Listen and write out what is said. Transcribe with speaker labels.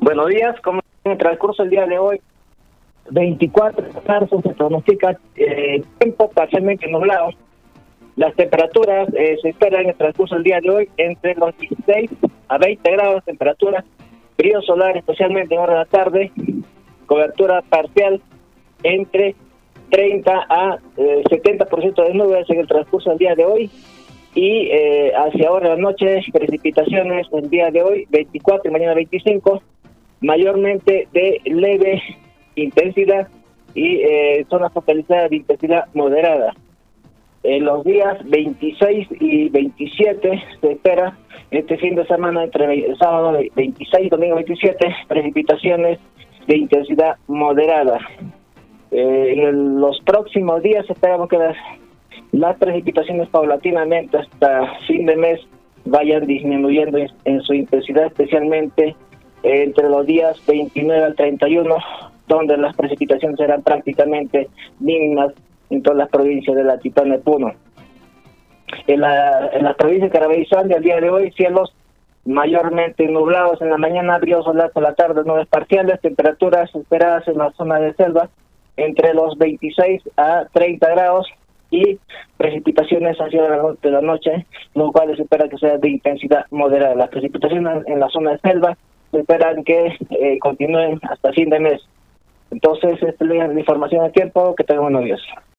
Speaker 1: Buenos días, como en el transcurso del día de hoy, 24 de marzo, se pronostica tiempo parcialmente nublado. Las temperaturas se esperan en el transcurso del día de hoy entre los 16 a 20 grados de temperatura, brillo solar especialmente en hora de la tarde, cobertura parcial entre 30 a 70% de nubes en el transcurso del día de hoy, y hacia ahora de la noche precipitaciones el día de hoy 24 y mañana 25, mayormente de leve intensidad y zonas focalizadas de intensidad moderada. En los días 26 y 27 se espera este fin de semana, entre el sábado 26 y domingo 27, precipitaciones de intensidad moderada. En los próximos días esperamos que las precipitaciones paulatinamente hasta fin de mes vayan disminuyendo en su intensidad, especialmente entre los días 29 al 31, donde las precipitaciones serán prácticamente mínimas en todas las provincias de la altiplano de Puno. En la provincia de Carabobo-Sandia, al día de hoy, cielos mayormente nublados en la mañana, brillo solar por la tarde, nubes parciales, temperaturas esperadas en la zona de selva entre los 26 a 30 grados y precipitaciones hacia la noche, lo cual se espera que sea de intensidad moderada. Las precipitaciones en la zona de selva se esperan que continúen hasta fin de mes. Entonces, esta es la información de tiempo. Que tengan buenos días.